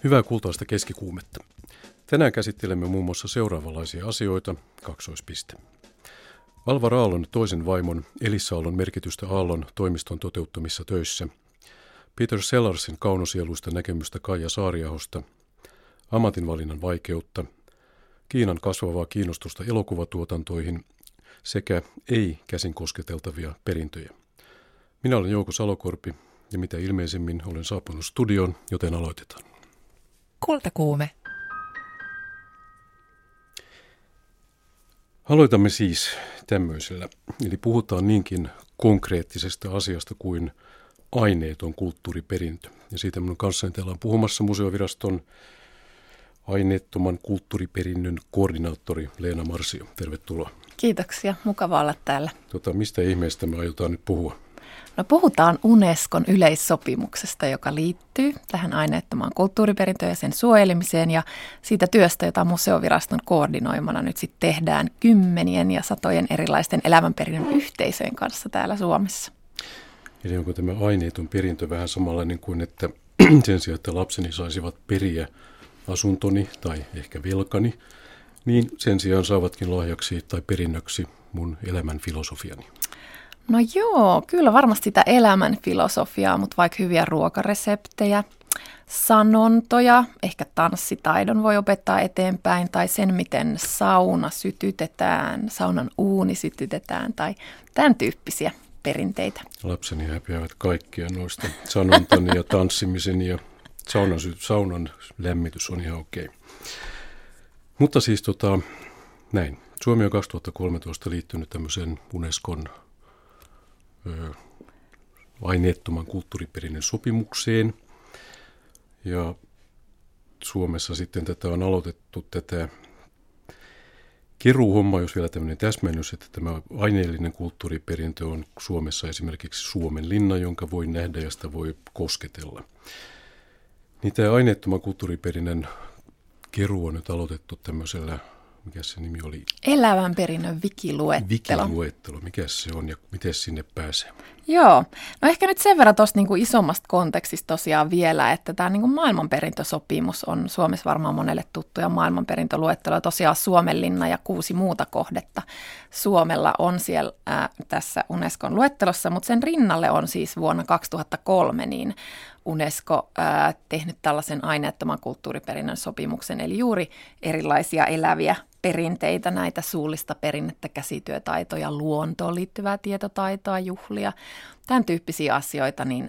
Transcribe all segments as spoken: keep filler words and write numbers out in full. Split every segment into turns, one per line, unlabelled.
Hyvää kultaista keskikuumetta. Tänään käsittelemme muun muassa seuraavanlaisia asioita, kaksoispiste. Alvar Aallon toisen vaimon Elissa Aallon merkitystä Aallon toimiston toteuttamissa töissä. Peter Sellarsin kaunosieluista näkemystä Kaija Saariahosta. Ammatinvalinnan vaikeutta. Kiinan kasvavaa kiinnostusta elokuvatuotantoihin sekä ei-käsin kosketeltavia perintöjä. Minä olen Jouko Salokorpi ja mitä ilmeisemmin olen saapunut studioon, joten aloitetaan.
Kultakuume.
Aloitamme siis tämmöisellä, eli puhutaan niinkin konkreettisesta asiasta kuin aineeton kulttuuriperintö. Ja siitä minun kanssani täällä on puhumassa Museoviraston aineettoman kulttuuriperinnön koordinaattori Leena Marsio. Tervetuloa.
Kiitoksia, mukava olla täällä.
Tota, mistä ihmeestä me aiotaan nyt puhua?
No puhutaan Unescon yleissopimuksesta, joka liittyy tähän aineettomaan kulttuuriperintöön ja sen suojelemiseen ja siitä työstä, jota Museoviraston koordinoimana nyt sitten tehdään kymmenien ja satojen erilaisten elämänperinnön yhteisöjen kanssa täällä Suomessa.
Eli onko tämä aineeton perintö vähän samanlainen kuin, että sen sijaan, että lapseni saisivat periä asuntoni tai ehkä velkani, niin sen sijaan saavatkin lahjaksi tai perinnöksi mun elämän filosofiani?
No joo, kyllä varmasti sitä elämän filosofiaa, mutta vaikka hyviä ruokareseptejä, sanontoja, ehkä tanssitaidon voi opettaa eteenpäin tai sen, miten sauna sytytetään, saunan uuni sytytetään tai tämän tyyppisiä perinteitä.
Lapseni häpeävät kaikkia noista sanontani ja tanssimisen ja saunan, saunan lämmitys on ihan okei. Mutta siis tota, näin. Suomi on kaksituhattakolmetoista liittynyt tämmöiseen Unescon ö, aineettoman kulttuuriperinnön sopimukseen. Ja Suomessa sitten tätä on aloitettu tätä keruuhommaa, jos vielä tämmöinen täsmennys, että tämä aineellinen kulttuuriperintö on Suomessa esimerkiksi Suomenlinna, jonka voi nähdä ja sitä voi kosketella. Niin tämä aineettoman kulttuuriperinnön keruu on nyt aloitettu tämmöisellä, mikä se nimi oli?
Elävän perinnön wikiluettelo.
Wikiluettelo, mikä se on ja miten sinne pääsee?
Joo, no ehkä nyt sen verran tuosta niinku isommasta kontekstista tosiaan vielä, että tämä niinku maailmanperintösopimus on Suomessa varmaan monelle tuttu ja maailmanperintöluettelo tosiaan Suomenlinna ja kuusi muuta kohdetta Suomella on siellä ää, tässä Unescon luettelossa, mutta sen rinnalle on siis vuonna kaksituhattakolme niin Unesco ää, tehnyt tällaisen aineettoman kulttuuriperinnön sopimuksen, eli juuri erilaisia eläviä perinteitä, näitä suullista perinnettä, käsityötaitoja, luontoon liittyvää tietotaitoa, juhlia, tämän tyyppisiä asioita, niin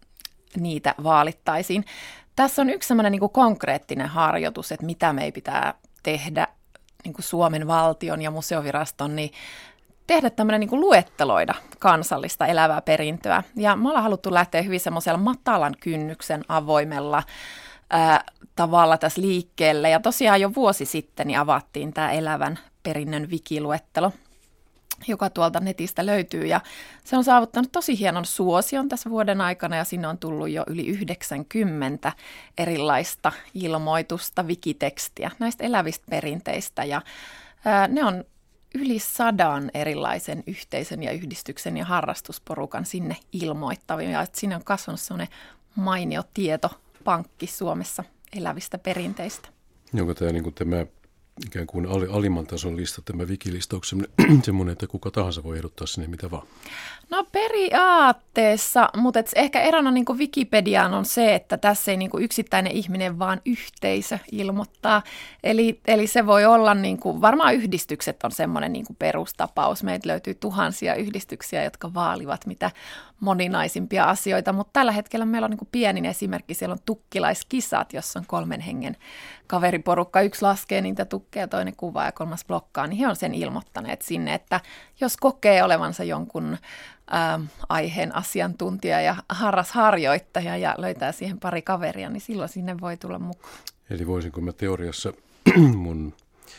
niitä vaalittaisiin. Tässä on yksi sellainen niin kuin konkreettinen harjoitus, että mitä me ei pitää tehdä niin kuin Suomen valtion ja museoviraston, niin tehdä tämmöinen niin kuin luetteloida kansallista elävää perintöä. Ja me ollaan haluttu lähteä hyvin semmoisella matalan kynnyksen avoimella ää, tavalla tässä liikkeelle. Ja tosiaan jo vuosi sitten niin avattiin tämä elävän perinnön wikiluettelo, joka tuolta netistä löytyy. Ja se on saavuttanut tosi hienon suosion tässä vuoden aikana ja sinne on tullut jo yli yhdeksänkymmentä erilaista ilmoitusta, wikitekstiä näistä elävistä perinteistä. Ja ää, ne on yli sadan erilaisen yhteisön ja yhdistyksen ja harrastusporukan sinne ilmoittavia. Ja sinne on kasvanut sellainen mainio tietopankki Suomessa elävistä perinteistä.
Onko tämä, niin kuin tämä ikään kuin alimman tason lista, tämä wikilistauksen semmoinen, että kuka tahansa voi ehdottaa sinne mitä vaan?
No periaatteessa, mutta et ehkä erona niin kuin Wikipediaan on se, että tässä ei niin kuin yksittäinen ihminen, vaan yhteisö ilmoittaa. Eli, eli se voi olla, niin kuin, varmaan yhdistykset on semmoinen niin kuin perustapaus. Meiltä löytyy tuhansia yhdistyksiä, jotka vaalivat mitä moninaisimpia asioita, mutta tällä hetkellä meillä on niin kuin pienin esimerkki. Siellä on tukkilaiskisat, jossa on kolmen hengen kaveriporukka. Yksi laskee niitä tukkeja, toinen kuvaa ja kolmas blokkaa, niin he on sen ilmoittaneet sinne, että jos kokee olevansa jonkun Ähm, aiheen asiantuntija ja harras harjoittaja ja löytää siihen pari kaveria, niin silloin sinne voi tulla mukaan.
Eli voisinko mä teoriassa mun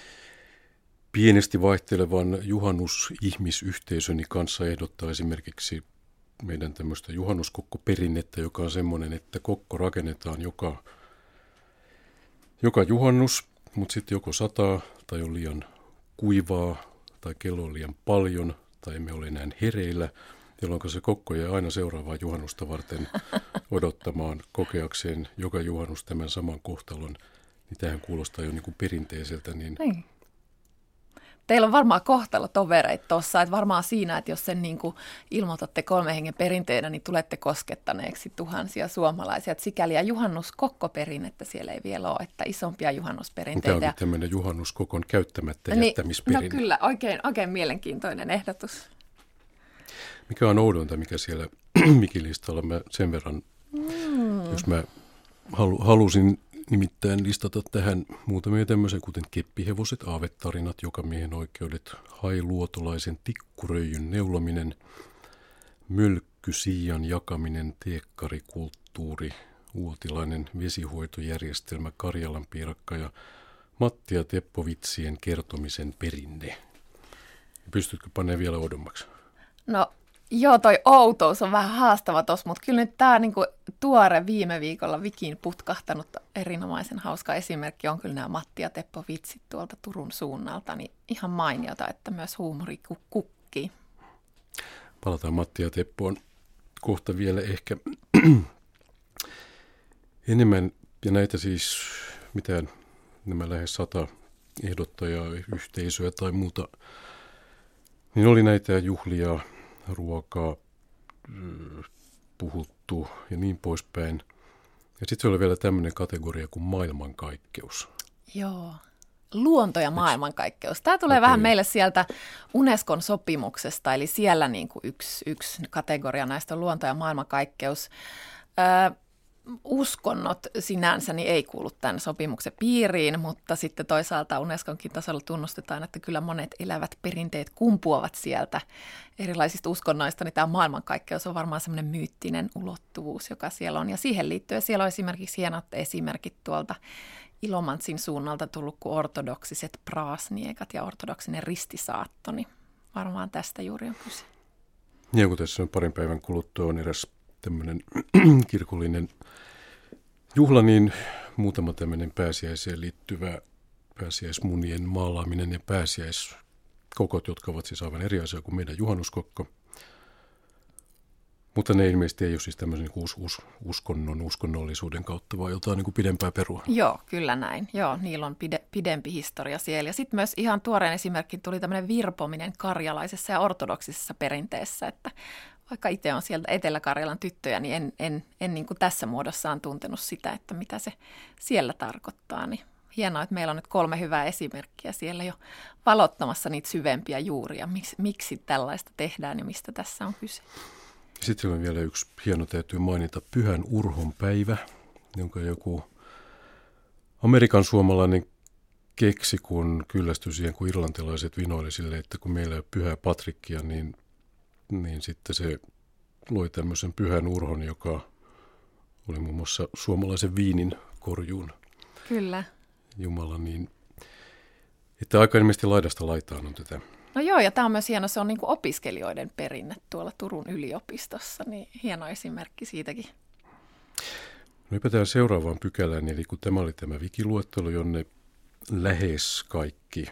pienesti vaihtelevan juhannusihmisyhteisöni kanssa ehdottaa esimerkiksi meidän tämmöistä juhannuskokkoperinnettä, joka on semmoinen, että kokko rakennetaan joka, joka juhannus, mutta sitten joko sataa tai on liian kuivaa tai kello on liian paljon tai emme ole enää hereillä. jolloin se kokko jää aina seuraavaa juhannusta varten odottamaan kokeakseen joka juhannus tämän saman kohtalon, niin tähän kuulostaa jo niin kuin perinteiseltä. Niin...
Ei. Teillä on varmaan kohtalotovereita tuossa, että varmaan siinä, että jos sen niin kuin ilmoitatte kolmen hengen perinteenä, niin tulette koskettaneeksi tuhansia suomalaisia. Että sikäli ja juhannuskokkoperinnettä siellä ei vielä ole, että isompia juhannusperinteitä.
Tämä onkin tämmöinen juhannuskokon käyttämättä jättämisperinne.
No kyllä, oikein, oikein mielenkiintoinen ehdotus.
Mikä on oudonta, mikä siellä Wikilistalla, mä sen verran, mm. jos mä halu, halusin nimittäin listata tähän muutamia tämmöisiä, kuten keppihevoset, aavetarinat, jokamiehen oikeudet, hailuotolaisen tikkuröijyn neulominen, mölkkysiian jakaminen, teekkarikulttuuri, uotilainen vesihoitojärjestelmä, Karjalan piirakka ja Matti ja Teppo vitsien kertomisen perinne. Pystytkö panemaan vielä oudommaksi?
No joo, toi outous on vähän haastava tossa, mutta kyllä nyt tämä niinku tuore viime viikolla Wikiin putkahtanut erinomaisen hauska esimerkki on kyllä nämä Matti ja Teppo vitsit tuolta Turun suunnalta, niin ihan mainiota, että myös huumori kukkii.
Palataan Matti ja Teppoon kohta vielä ehkä enemmän, ja näitä siis mitään nämä lähes sata ehdottajaa, yhteisöä tai muuta, niin oli näitä juhlia, ruokaa, puhuttu ja niin poispäin. Ja sitten se oli vielä tämmöinen kategoria kuin maailmankaikkeus.
Joo, luonto ja maailmankaikkeus. Tämä tulee okay. vähän meille sieltä Unescon sopimuksesta, eli siellä niin kuin yksi, yksi kategoria näistä on luonto ja maailmankaikkeus. Öö, uskonnot sinänsä niin ei kuulu tämän sopimuksen piiriin, mutta sitten toisaalta Unesconkin tasolla tunnustetaan, että kyllä monet elävät perinteet kumpuavat sieltä erilaisista uskonnoista, niin tämä maailmankaikkeus on varmaan semmoinen myyttinen ulottuvuus, joka siellä on. Ja siihen liittyen siellä on esimerkiksi hienot esimerkit tuolta Ilomantsin suunnalta tullut kuin ortodoksiset praasniekat ja ortodoksinen ristisaatto, niin varmaan tästä juuri on kyse.
Ja kun tässä on parin päivän kuluttua on eräs tämmöinen kirkollinen juhla, niin muutama tämmöinen pääsiäiseen liittyvä pääsiäismunien maalaaminen ja pääsiäiskokot, jotka ovat siis aivan eri asia kuin meidän juhannuskokko. Mutta ne ilmeisesti ei ole siis tämmöisen us, us, uskonnon, uskonnollisuuden kautta, vaan jotain niin kuin pidempää perua.
Joo, kyllä näin. Joo, niillä on pide, pidempi historia siellä. Ja sitten myös ihan tuoreen esimerkki tuli tämmöinen virpominen karjalaisessa ja ortodoksisessa perinteessä, että vaikka itse on sieltä Etelä-Karjalan tyttöjä, niin en, en, en niin kuin tässä muodossaan tuntenut sitä, että mitä se siellä tarkoittaa. Niin hienoa, että meillä on nyt kolme hyvää esimerkkiä siellä jo valottamassa niitä syvempiä juuria, miksi, miksi tällaista tehdään ja mistä tässä on kyse.
Sitten on vielä yksi hieno, täytyy mainita, Pyhän Urhon päivä, jonka joku Amerikan suomalainen keksi, kun kyllästyi siihen, kun irlantilaiset vinoili sille, että kun meillä ei ole Pyhää Patrikkia, niin, niin sitten se loi tämmöisen Pyhän Urhon, joka oli muun muassa suomalaisen viinin korjuun
Kyllä.
Jumala, niin että aika ilmeisesti laidasta laitaan on tätä.
No joo, ja tämä on myös hieno, se on niin kuin opiskelijoiden perinne tuolla Turun yliopistossa, niin hieno esimerkki siitäkin.
No hypätään seuraavaan pykälään, eli kun tämä oli tämä wikiluettelo, jonne lähes kaikki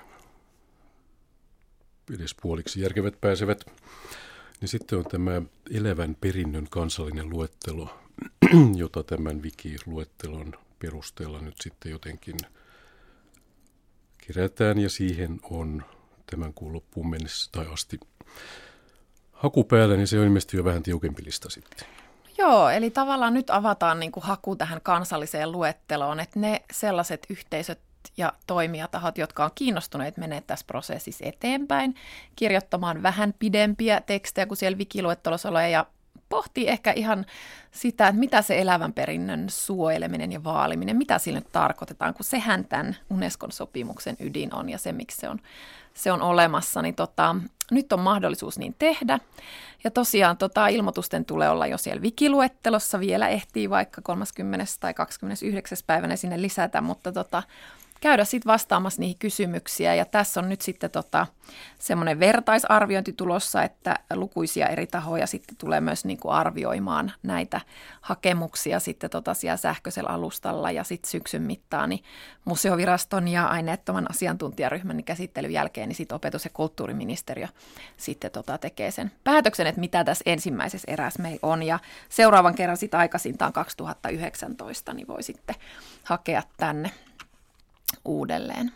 edes puoliksi järkevät pääsevät, niin sitten on tämä elävän perinnön kansallinen luettelo, jota tämän wikiluettelon perusteella nyt sitten jotenkin kerätään, ja siihen on tämän kuun loppuun mennessä tai asti haku päällä, niin se on ilmeisesti jo vähän tiukempi lista sitten.
Joo, eli tavallaan nyt avataan niin kuin haku tähän kansalliseen luetteloon, että ne sellaiset yhteisöt ja toimijatahot, jotka on kiinnostuneet menee tässä prosessissa eteenpäin, kirjoittamaan vähän pidempiä tekstejä kuin siellä wikiluettelossa ole, ja pohtii ehkä ihan sitä, että mitä se elävän perinnön suojeleminen ja vaaliminen, mitä sillä nyt tarkoitetaan, kun sehän tämän Unescon sopimuksen ydin on ja se, miksi se on, se on olemassa, niin tota, nyt on mahdollisuus niin tehdä. Ja tosiaan tota, ilmoitusten tulee olla jo siellä wikiluettelossa, vielä ehtii vaikka kolmaskymmenes tai kaksikymmentäyhdeksäs päivänä sinne lisätä, mutta tota, käydä sitten vastaamassa niihin kysymyksiä. Ja tässä on nyt sitten tota, semmoinen vertaisarviointi tulossa, että lukuisia eri tahoja sitten tulee myös niin kuin arvioimaan näitä hakemuksia sitten tota siellä sähköisellä alustalla. Ja sitten syksyn mittaan niin museoviraston ja aineettoman asiantuntijaryhmän niin käsittelyn jälkeen niin sitten opetus- ja kulttuuriministeriö sitten tota tekee sen päätöksen, että mitä tässä ensimmäisessä erässä meillä on. Ja seuraavan kerran sitten aikaisintaan kaksituhattayhdeksäntoista niin voi sitten hakea tänne uudelleen.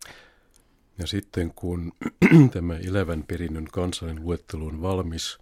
Ja sitten kun tämä elävän perinnön kansallinen luettelo on valmis,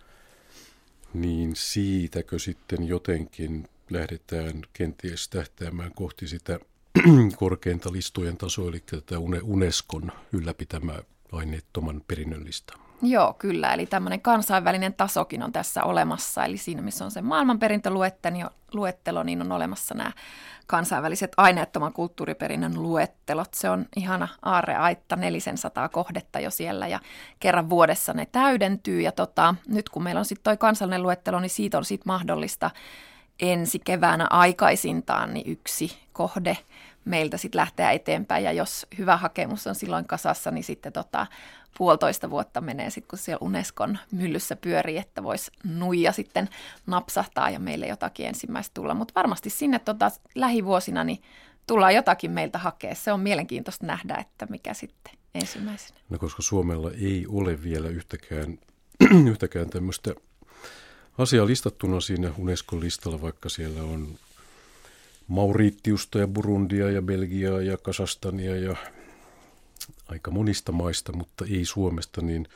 niin siitäkö sitten jotenkin lähdetään kenties tähtäämään kohti sitä korkeinta listojen tasoa, eli tätä Unescon ylläpitämää aineettoman perinnön listaa?
Joo, kyllä. Eli tämmöinen kansainvälinen tasokin on tässä olemassa. Eli siinä, missä on se maailmanperintöluettelo, niin on olemassa nämä kansainväliset aineettoman kulttuuriperinnön luettelot. Se on ihana aarreaitta, nelisensataa kohdetta jo siellä ja kerran vuodessa ne täydentyy. Ja tota, nyt kun meillä on sitten toi kansallinen luettelo, niin siitä on sitten mahdollista ensi keväänä aikaisintaan niin yksi kohde meiltä sitten lähteä eteenpäin. Ja jos hyvä hakemus on silloin kasassa, niin sitten tota, puolitoista vuotta menee sitten, kun siellä Unescon myllyssä pyörii, että voisi nuija sitten napsahtaa ja meille jotakin ensimmäistä tulla. Mutta varmasti sinne tota, lähivuosina niin tullaan jotakin meiltä hakea. Se on mielenkiintoista nähdä, että mikä sitten ensimmäisenä.
No koska Suomella ei ole vielä yhtäkään, yhtäkään tämmöistä asiaa listattuna siinä Unescon listalla, vaikka siellä on Mauritiusta ja Burundia ja Belgiaa ja Kasakstania ja aika monista maista, mutta ei Suomesta, niin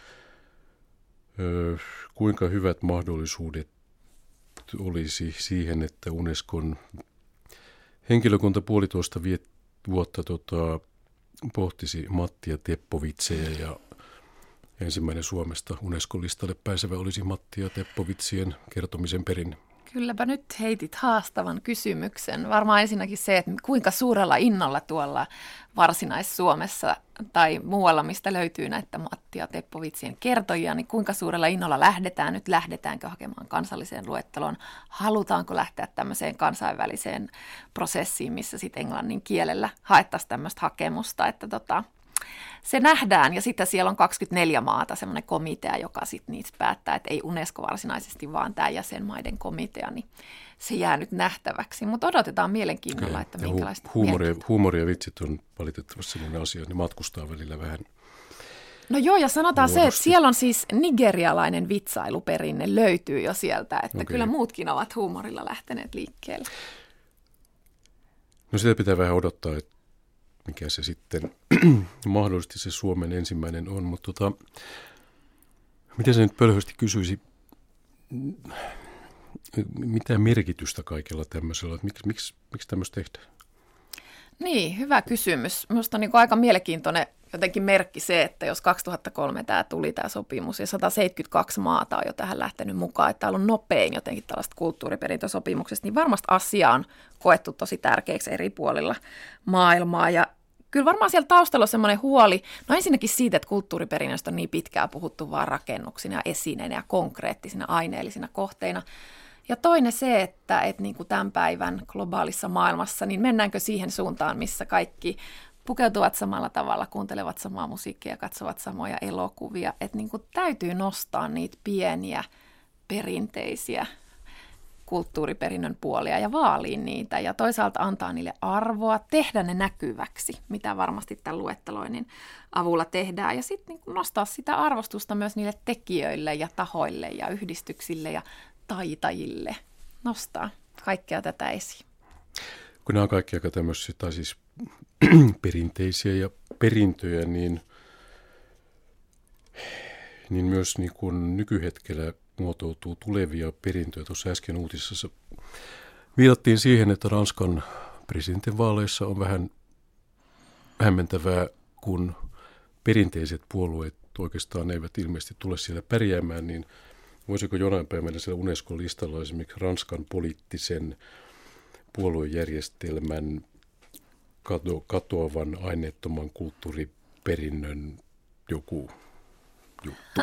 ö, kuinka hyvät mahdollisuudet olisi siihen, että Unescon henkilökunta puolitoista viet, vuotta tota, pohtisi Mattia Teppovitseja ja ensimmäinen Suomesta Unescon-listalle pääsevä olisi Mattia Teppovitsien kertomisen perinne?
Kylläpä nyt heitit haastavan kysymyksen. Varmaan ensinnäkin se, että kuinka suurella innolla tuolla Varsinais-Suomessa tai muualla, mistä löytyy näitä Mattia Teppovitsien kertojia, niin kuinka suurella innolla lähdetään nyt, lähdetäänkö hakemaan kansalliseen luetteloon, halutaanko lähteä tämmöiseen kansainväliseen prosessiin, missä sitten englannin kielellä haettaisiin tämmöistä hakemusta, että tota, se nähdään, ja sitten siellä on kaksikymmentäneljä maata, semmoinen komitea, joka sitten niistä päättää, että ei Unesco varsinaisesti, vaan tämä jäsenmaiden komitea, niin se jää nyt nähtäväksi. Mutta odotetaan mielenkiinnolla, että
ja
minkälaista...
Hu- huumori, huumori ja vitsit on valitettavasti sellainen asia, niin matkustaa välillä vähän.
No joo, ja sanotaan
muodosti.
se, että siellä on siis nigerialainen vitsailuperinne löytyy jo sieltä, että okay. Kyllä muutkin ovat huumorilla lähteneet liikkeelle.
No sitä pitää vähän odottaa, että mikä se sitten mahdollisesti se Suomen ensimmäinen on, mutta tota, miten se nyt pölhösti kysyisi, mitä merkitystä kaikella tämmöisellä, että miksi, miksi, miksi tämmöistä tehdään?
Niin, hyvä kysymys. Minusta on niin kuin aika mielenkiintoinen jotenkin merkki se, että jos kaksituhattakolme tämä tuli tämä sopimus ja sata seitsemänkymmentäkaksi maata on jo tähän lähtenyt mukaan, että täällä on nopein jotenkin tällaista kulttuuriperintösopimuksesta, niin varmasti asia on koettu tosi tärkeäksi eri puolilla maailmaa. Ja kyllä varmaan siellä taustalla on semmoinen huoli, no ensinnäkin siitä, että kulttuuriperinnöstä on niin pitkään puhuttu vaan rakennuksina ja esineinä ja konkreettisina aineellisina kohteina. Ja toinen se, että, että niin kuin tämän päivän globaalissa maailmassa, niin mennäänkö siihen suuntaan, missä kaikki pukeutuvat samalla tavalla, kuuntelevat samaa musiikkia, katsovat samoja elokuvia. Että niin kuin täytyy nostaa niitä pieniä perinteisiä kulttuuriperinnön puolia ja vaalia niitä ja toisaalta antaa niille arvoa, tehdä ne näkyväksi, mitä varmasti tämän luetteloinnin avulla tehdään ja sitten niin nostaa sitä arvostusta myös niille tekijöille ja tahoille ja yhdistyksille ja taitajille, nostaa kaikkea tätä esiin.
Kun nämä on kaikki aika tämmöisiä, tai siis perinteisiä ja perintöjä, niin, niin myös niin kuin nykyhetkellä muotoutuu tulevia perintöjä. Tuossa äsken uutisessa viitattiin siihen, että Ranskan presidentinvaaleissa on vähän hämmentävää, kun perinteiset puolueet oikeastaan eivät ilmeisesti tule siellä pärjäämään, niin voisiko jonain päivänä siellä Unesco-listalla esimerkiksi Ranskan poliittisen puoluejärjestelmän kato, katoavan aineettoman kulttuuriperinnön joku juttu?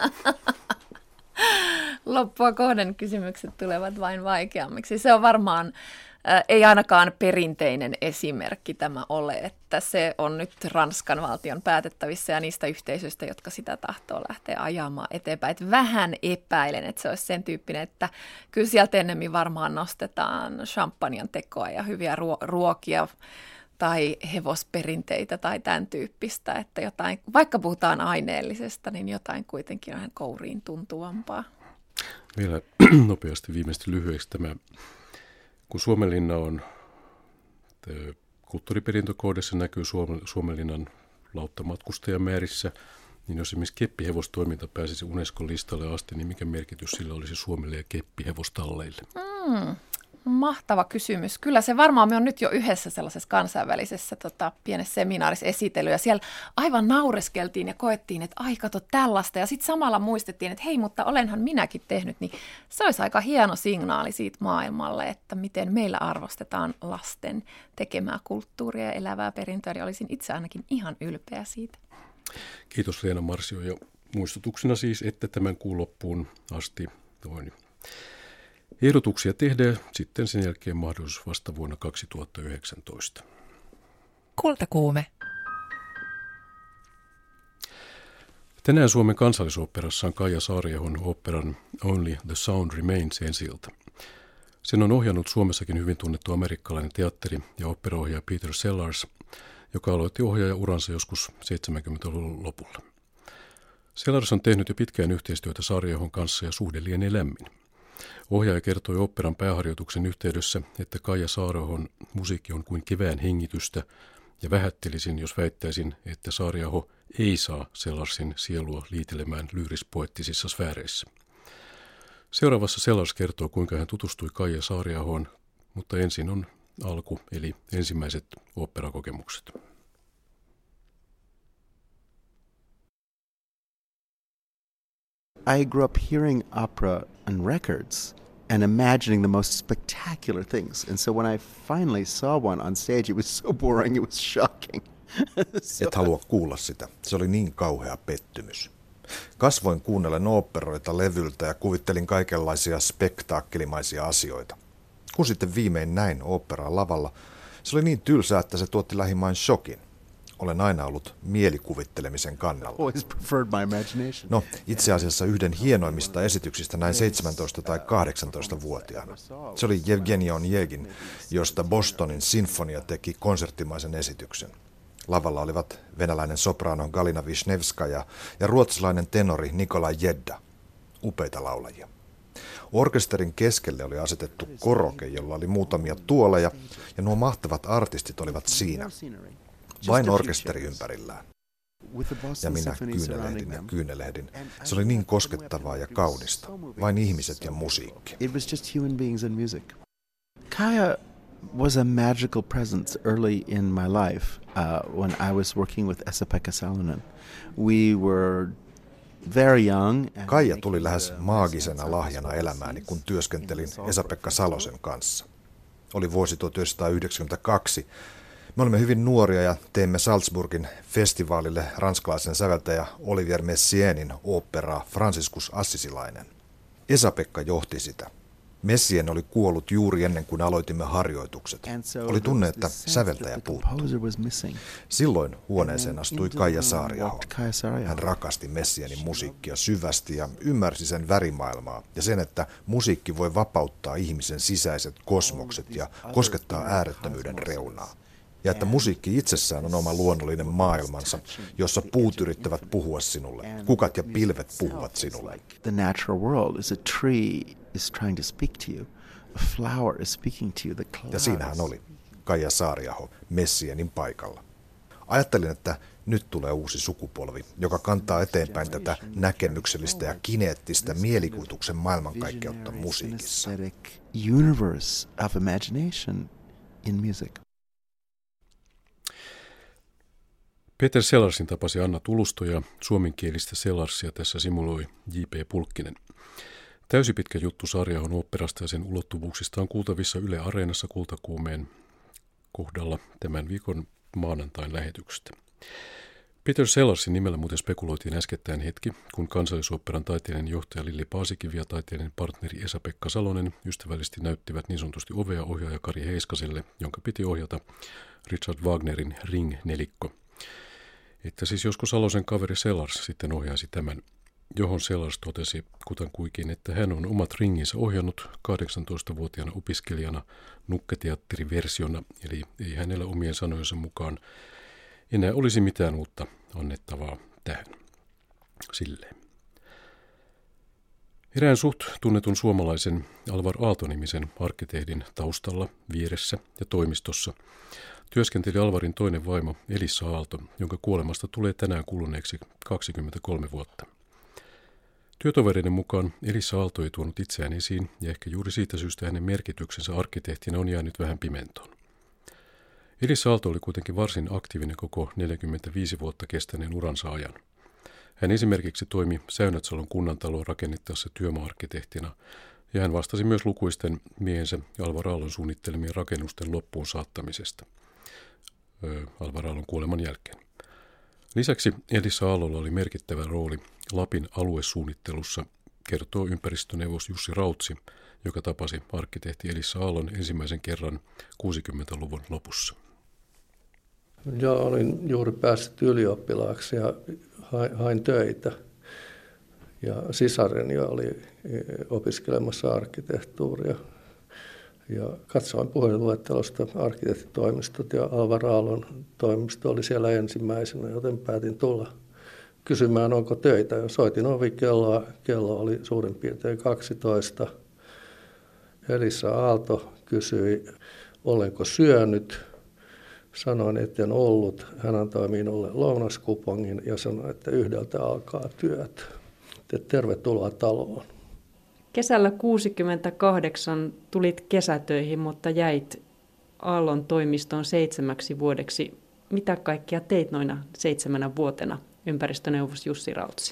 Loppua kohden kysymykset tulevat vain vaikeammiksi. Se on varmaan ei ainakaan perinteinen esimerkki tämä ole, että se on nyt Ranskan valtion päätettävissä ja niistä yhteisöistä, jotka sitä tahtoo lähteä ajamaan eteenpäin. Että vähän epäilen, että se olisi sen tyyppinen, että kyllä sieltä ennemmin varmaan nostetaan champagnen tekoa ja hyviä ruokia tai hevosperinteitä tai tämän tyyppistä, että jotain, vaikka puhutaan aineellisesta, niin jotain kuitenkin vähän kouriin tuntuvampaa.
Vielä nopeasti viimeisesti lyhyeksi tämä, kun Suomenlinna on kulttuuriperintökoodissa näkyy Suomenlinnan lauttamatkustajamäärissä, niin jos esimerkiksi keppihevostoiminta pääsisi Unescon listalle asti, niin mikä merkitys sillä olisi Suomelle ja keppihevostalleille?
Mm. Mahtava kysymys. Kyllä se varmaan me on nyt jo yhdessä sellaisessa kansainvälisessä tota, pienessä seminaarissa esitellyt ja siellä aivan naureskeltiin ja koettiin, että ai kato tällaista ja sitten samalla muistettiin, että hei, mutta olenhan minäkin tehnyt, niin se olisi aika hieno signaali siitä maailmalle, että miten meillä arvostetaan lasten tekemää kulttuuria ja elävää perintöä ja olisin itse ainakin ihan ylpeä siitä.
Kiitos Leena Marsio ja muistutuksena siis, että tämän kuun loppuun asti toin. Ehdotuksia tehdään sitten sen jälkeen mahdollisuus vasta vuonna kaksituhattayhdeksäntoista.
Kultakuume.
Tänään Suomen Kansallisoopperassa on Kaija Saariahon oopperan Only the Sound Remains ensi-ilta. Sen on ohjannut Suomessakin hyvin tunnettu amerikkalainen teatteri- ja oopperaohjaaja Peter Sellars, joka aloitti ohjaaja-uransa joskus seitsemänkymmentäluvun lopulla. Sellars on tehnyt jo pitkään yhteistyötä Saariahon kanssa ja suhde lienee lämmin. Ohjaaja kertoi oopperan pääharjoituksen yhteydessä, että Kaija Saariahon musiikki on kuin kevään hengitystä, ja vähättelisin, jos väittäisin, että Saariaho ei saa Sellarsin sielua liitelemään lyyris-poettisissa sfääreissä. Seuraavassa Sellars kertoo, kuinka hän tutustui Kaija Saariahoon, mutta ensin on alku, eli ensimmäiset oopperakokemukset.
I grew up hearing opera on records and imagining the most spectacular things. And so when I finally saw one on stage, it was so boring, it was shocking.
so... Et halua kuulla sitä. Se oli niin kauhea pettymys. Kasvoin kuunnellen oopperoita levyltä ja kuvittelin kaikenlaisia spektaakkelimaisia asioita. Kun sitten viimein näin oopperaa lavalla, se oli niin tylsää, että se tuotti lähimain shokin. Olen aina ollut mielikuvittelemisen kannalla. No, itse asiassa yhden hienoimmista esityksistä näin seitsemäntoista- tai kahdeksantoista-vuotiaana. Se oli Jevgeni Onjegin, josta Bostonin sinfonia teki konserttimaisen esityksen. Lavalla olivat venäläinen soprano Galina Wisniewskaja ja ruotsalainen tenori Nikolai Jedda. Upeita laulajia. Orkesterin keskelle oli asetettu koroke, jolla oli muutamia tuoleja, ja nuo mahtavat artistit olivat siinä. Vain orkesteri ympärillään. Ja minä kyynelehdin ja kyynelehdin. Se oli niin koskettavaa ja kaunista. Vain ihmiset ja musiikki.
Kaija was a magical presence early in my life uh, when I was working with Esa-Pekka Salonen. We were very young.
Kaija tuli lähes maagisena lahjana elämääni, kun työskentelin Esa-Pekka Salosen kanssa. Oli vuosi tuhatyhdeksänsataayhdeksänkymmentäkaksi. Me olimme hyvin nuoria ja teimme Salzburgin festivaalille ranskalaisen säveltäjä Olivier Messienin oopperaa Franciscus Assisilainen. Esa-Pekka johti sitä. Messien oli kuollut juuri ennen kuin aloitimme harjoitukset. Oli tunne, että säveltäjä puuttui. Silloin huoneeseen astui Kaija Saariaho. Hän rakasti Messienin musiikkia syvästi ja ymmärsi sen värimaailmaa ja sen, että musiikki voi vapauttaa ihmisen sisäiset kosmokset ja koskettaa äärettömyyden reunaa. Ja että musiikki itsessään on oma luonnollinen maailmansa, jossa puut yrittävät puhua sinulle, kukat ja pilvet puhuvat sinulle.
The natural world is a tree is trying to speak to you. A flower is speaking to you. The clouds.
Ja siinähän oli Kaija Saariaho Messienin paikalla. Ajattelin, että nyt tulee uusi sukupolvi, joka kantaa eteenpäin tätä näkemyksellistä ja kineettistä mielikuvituksen maailmankaikkeutta musiikissa.
Universe of imagination in music.
Peter Sellarsin tapasi Anna Tulusto ja suomenkielistä Sellarsia tässä simuloi J P Pulkkinen. Täysipitkä juttu Saariahon oopperasta ja sen ulottuvuuksista on kuultavissa Yle Areenassa Kultakuumeen kohdalla tämän viikon maanantain lähetyksestä. Peter Sellarsin nimellä muuten spekuloitiin äskettäin hetki, kun Kansallisoopperan taiteellinen johtaja Lilli Paasikivi ja taiteellinen partneri Esa-Pekka Salonen ystävällisesti näyttivät niin sanotusti ovea ohjaaja Kari Heiskaselle, jonka piti ohjata Richard Wagnerin Ring-nelikko. Että siis joskus Salosen kaveri Sellars sitten ohjaisi tämän, johon Sellars totesi kutankuikin, että hän on omat ringinsä ohjannut kahdeksantoistavuotiaana opiskelijana nukketeatteriversiona, eli ei hänellä omien sanojensa mukaan enää olisi mitään uutta annettavaa tähän. Silleen. Erään suht tunnetun suomalaisen Alvar Aalto-nimisen arkkitehdin taustalla, vieressä ja toimistossa työskenteli Alvarin toinen vaimo Elissa Aalto, jonka kuolemasta tulee tänään kuluneeksi kaksikymmentäkolme vuotta. Työtovereiden mukaan Elissa Aalto ei tuonut itseään esiin, ja ehkä juuri siitä syystä hänen merkityksensä arkkitehtina on jäänyt vähän pimentoon. Elissa Aalto oli kuitenkin varsin aktiivinen koko neljäkymmentäviisi vuotta kestäneen uransa ajan. Hän esimerkiksi toimi Säynätsalon kunnantaloa rakennettaessa työmaa-arkkitehtina, ja hän vastasi myös lukuisten miehensä Alvar Aallon suunnittelemien rakennusten loppuun saattamisesta öö, Alvar Aallon kuoleman jälkeen. Lisäksi Elissa Aallolla oli merkittävä rooli Lapin aluesuunnittelussa, kertoo ympäristöneuvos Jussi Rautsi, joka tapasi arkkitehti Elissa Aallon ensimmäisen kerran kuusikymmentäluvun lopussa.
Joo, olin juuri päässyt ylioppilaaksi ja hain töitä. Ja sisareni oli opiskelemassa arkkitehtuuria. Ja katsoin puhelinluettelosta arkkitehtitoimistot ja Alvar Aallon toimisto oli siellä ensimmäisenä, joten päätin tulla kysymään, onko töitä. Ja soitin ovikelloa, kello oli suurin piirtein kaksitoista. Elissa Aalto kysyi, olenko syönyt. Sanoin, etten ollut. Hän antoi minulle lounaskupongin ja sanoi, että yhdeltä alkaa työt. Tervetuloa taloon.
Kesällä kuusikymmentäkahdeksan tulit kesätöihin, mutta jäit Aallon toimistoon seitsemäksi vuodeksi. Mitä kaikkia teit noina seitsemänä vuotena, ympäristöneuvos Jussi Rautsi?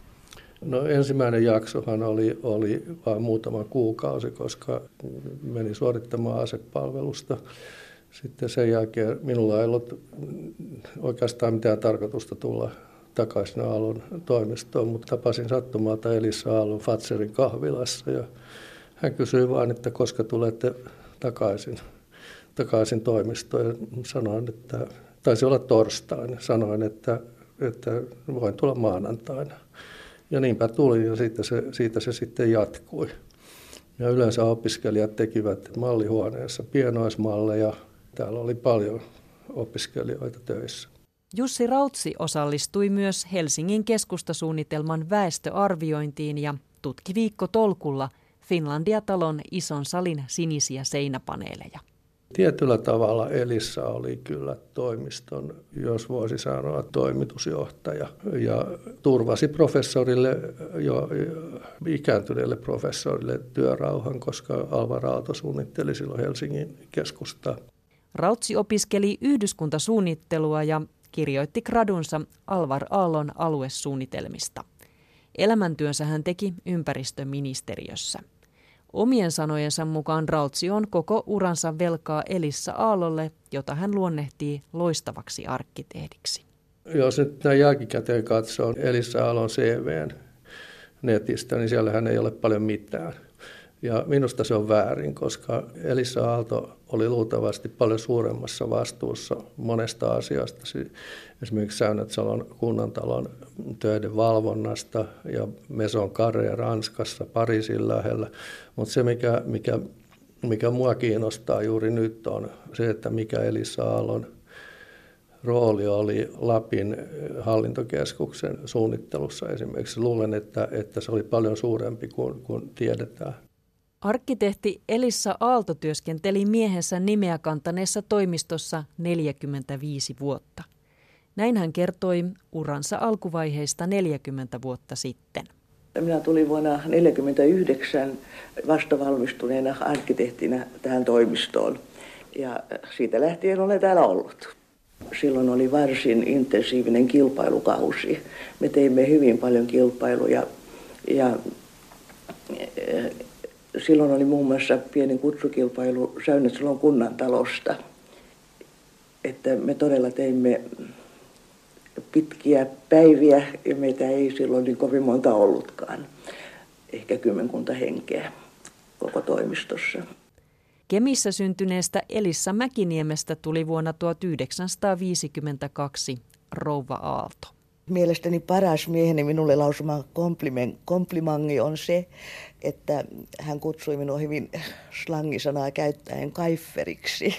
No ensimmäinen jaksohan oli, oli vain muutama kuukausi, koska menin suorittamaan asepalvelusta. Sitten sen jälkeen minulla ei ollut oikeastaan mitään tarkoitusta tulla takaisin Aallon toimistoon, mutta tapasin sattumalta Elissa Aallon Fatserin kahvilassa ja hän kysyi vain, että koska tulette takaisin, takaisin toimistoon. Ja sanoin, että taisi olla torstaina. Sanoin, että, että voin tulla maanantaina. Ja niinpä tuli ja siitä se, siitä se sitten jatkui. Ja yleensä opiskelijat tekivät mallihuoneessa pienoismalleja. Täällä oli paljon opiskelijoita töissä.
Jussi Rautsi osallistui myös Helsingin keskustasuunnitelman väestöarviointiin ja tutki viikkotolkulla Finlandia-talon ison salin sinisiä seinäpaneeleja.
Tietyllä tavalla Elissa oli kyllä toimiston, jos voisi sanoa, toimitusjohtaja ja turvasi professorille, jo ikääntyneelle professorille työrauhan, koska Alvar Aalto suunnitteli silloin Helsingin keskustaa.
Rautsi opiskeli yhdyskuntasuunnittelua ja kirjoitti gradunsa Alvar Aallon aluesuunnitelmista. Elämäntyönsä hän teki ympäristöministeriössä. Omien sanojensa mukaan Rautsi on koko uransa velkaa Elissa Aallolle, jota hän luonnehtii loistavaksi arkkitehdiksi.
Jos nyt näin jälkikäteen katsoo Elissa Aallon C V:n netistä, niin siellähän ei ole paljon mitään. Ja minusta se on väärin, koska Elissa Aalto oli luultavasti paljon suuremmassa vastuussa monesta asiasta. Esimerkiksi Säynätsalon kunnantalon töiden valvonnasta ja Maison Carré Ranskassa, Pariisin lähellä. Mutta se, mikä, mikä, mikä mua kiinnostaa juuri nyt, on se, että mikä Elissa Aallon rooli oli Lapin hallintokeskuksen suunnittelussa esimerkiksi. Luulen, että, että se oli paljon suurempi kuin, kuin tiedetään.
Arkkitehti Elissa Aalto työskenteli miehensä nimeä kantaneessa toimistossa neljäkymmentäviisi vuotta. Näin hän kertoi uransa alkuvaiheista neljäkymmentä vuotta sitten.
Minä tulin vuonna tuhatyhdeksänsataaneljäkymmentäyhdeksän vastavalmistuneena arkkitehtinä tähän toimistoon ja siitä lähtien olen täällä ollut. Silloin oli varsin intensiivinen kilpailukausi. Me teimme hyvin paljon kilpailuja ja silloin oli muun muassa pieni kutsukilpailu Säynätsalon kunnantalosta, että me todella teimme pitkiä päiviä ja meitä ei silloin niin kovin monta ollutkaan. Ehkä kymmenkunta henkeä koko toimistossa.
Kemissä syntyneestä Elissa Mäkiniemestä tuli vuonna tuhatyhdeksänsataaviisikymmentäkaksi rouva Aalto.
Mielestäni paras mieheni minulle lausuma komplimangi on se, että hän kutsui minua hyvin slangisanaa käyttäen kaifferiksi.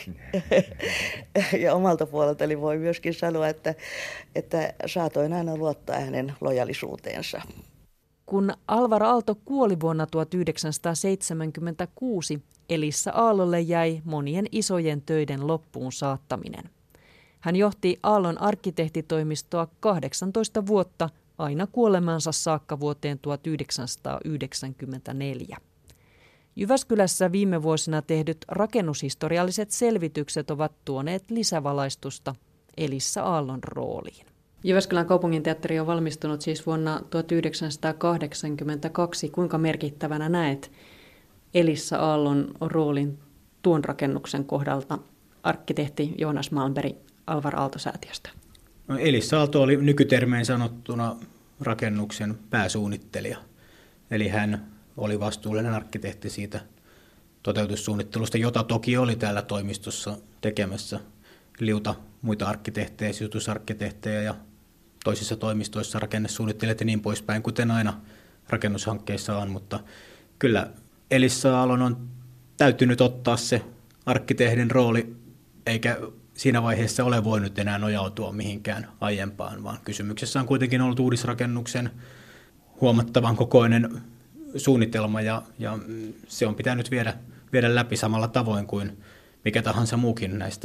Ja omalta puoleltani voi myöskin sanoa, että, että saatoin aina luottaa hänen lojallisuuteensa.
Kun Alvar Aalto kuoli vuonna tuhatyhdeksänsataaseitsemänkymmentäkuusi, Elissa Aallolle jäi monien isojen töiden loppuun saattaminen. Hän johti Aallon arkkitehtitoimistoa kahdeksantoista vuotta aina kuolemansa saakka vuoteen tuhatyhdeksänsataayhdeksänkymmentäneljä. Jyväskylässä viime vuosina tehdyt rakennushistorialliset selvitykset ovat tuoneet lisävalaistusta Elissa Aallon rooliin.
Jyväskylän kaupunginteatteri on valmistunut siis vuonna tuhatyhdeksänsataakahdeksankymmentäkaksi. Kuinka merkittävänä näet Elissa Aallon roolin tuon rakennuksen kohdalta arkkitehti Joonas Malmberg Alvar Aalto-säätiöstä?
No, Elissa Aalto oli nykytermein sanottuna rakennuksen pääsuunnittelija. Eli hän oli vastuullinen arkkitehti siitä toteutussuunnittelusta, jota toki oli täällä toimistossa tekemässä liuta muita arkkitehtejä, sijoitusarkkitehtejä ja toisissa toimistoissa rakennesuunnittelijat ja niin poispäin, kuten aina rakennushankkeissa on. Mutta kyllä Elissa Aallon on täytynyt ottaa se arkkitehdin rooli, eikä siinä vaiheessa ole voinut enää nojautua mihinkään aiempaan, vaan kysymyksessä on kuitenkin ollut uudisrakennuksen huomattavan kokoinen suunnitelma, ja, ja se on pitänyt viedä, viedä läpi samalla tavoin kuin mikä tahansa muukin näistä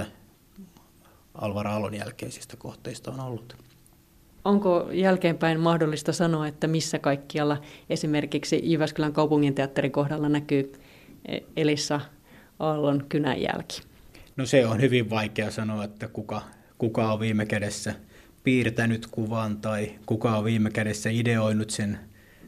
Alvar Aallon jälkeisistä kohteista on ollut.
Onko jälkeenpäin mahdollista sanoa, että missä kaikkialla esimerkiksi Jyväskylän kaupunginteatterin kohdalla näkyy Elissa Aallon kynänjälki?
No se on hyvin vaikea sanoa, että kuka, kuka on viime kädessä piirtänyt kuvan tai kuka on viime kädessä ideoinut sen